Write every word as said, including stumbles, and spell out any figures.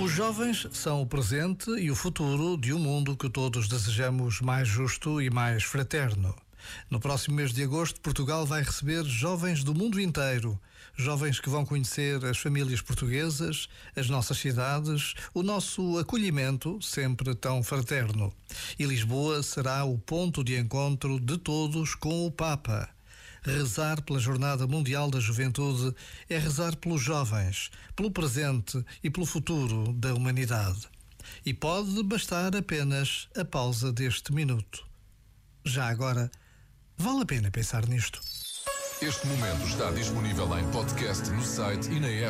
Os jovens são o presente e o futuro de um mundo que todos desejamos mais justo e mais fraterno. No próximo mês de agosto, Portugal vai receber jovens do mundo inteiro. Jovens que vão conhecer as famílias portuguesas, as nossas cidades, o nosso acolhimento, sempre tão fraterno. E Lisboa será o ponto de encontro de todos com o Papa. Rezar pela Jornada Mundial da Juventude é rezar pelos jovens, pelo presente e pelo futuro da humanidade. E pode bastar apenas a pausa deste minuto. Já agora, vale a pena pensar nisto. Este momento está disponível em podcast no site e na app.